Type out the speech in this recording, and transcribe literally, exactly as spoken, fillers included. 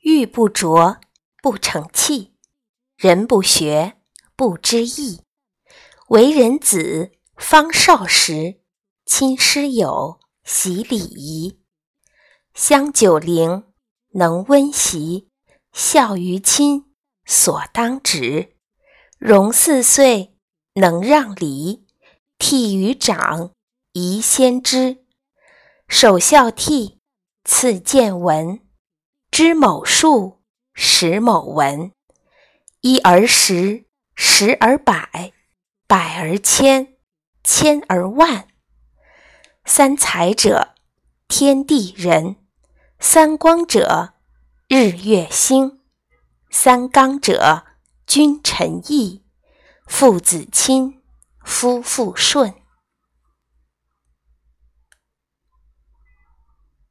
玉不琢不成器，人不学不知义。为人子方少时，亲师友习礼仪。香九龄能温席，孝于亲所当执。融四岁能让梨，悌于长宜先知。首孝悌，次见闻，知某数，识某文。一而十，十而百，百而千，千而万。三才者，天地人；三光者，日月星；三纲者，君臣义；父子亲，夫妇顺。